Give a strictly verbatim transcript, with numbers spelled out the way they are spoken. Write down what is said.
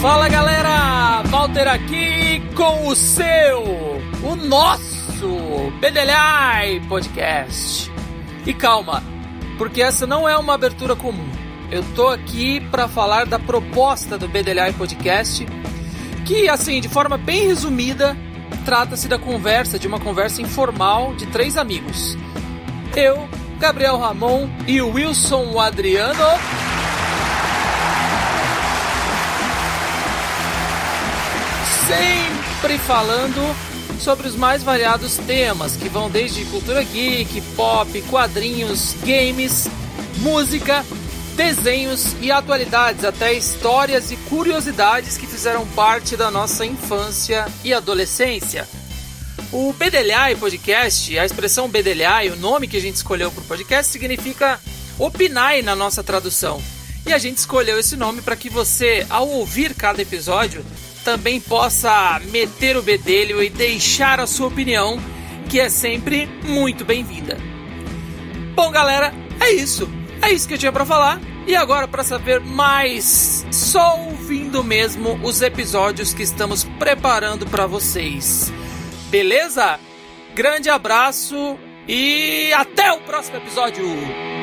Fala galera, Walter aqui com o seu, o nosso Bedelhai Podcast. E calma, porque essa não é uma abertura comum. Eu tô aqui para falar da proposta do Bedelhai Podcast, que assim, de forma bem resumida, trata-se da conversa, de uma conversa informal de três amigos. Eu, Gabriel Ramon e o Wilson Adriano. Sempre falando sobre os mais variados temas, que vão desde cultura geek, pop, quadrinhos, games, música, desenhos e atualidades, até histórias e curiosidades que fizeram parte da nossa infância e adolescência. O Bedelhai Podcast, a expressão Bedelhai, o nome que a gente escolheu para o podcast, significa opinai na nossa tradução. E a gente escolheu esse nome para que você, ao ouvir cada episódio, também possa meter o bedelho e deixar a sua opinião, que é sempre muito bem-vinda. Bom, galera, é isso. É isso que eu tinha para falar. E agora, para saber mais, só ouvindo mesmo os episódios que estamos preparando para vocês. Beleza? Grande abraço e até o próximo episódio!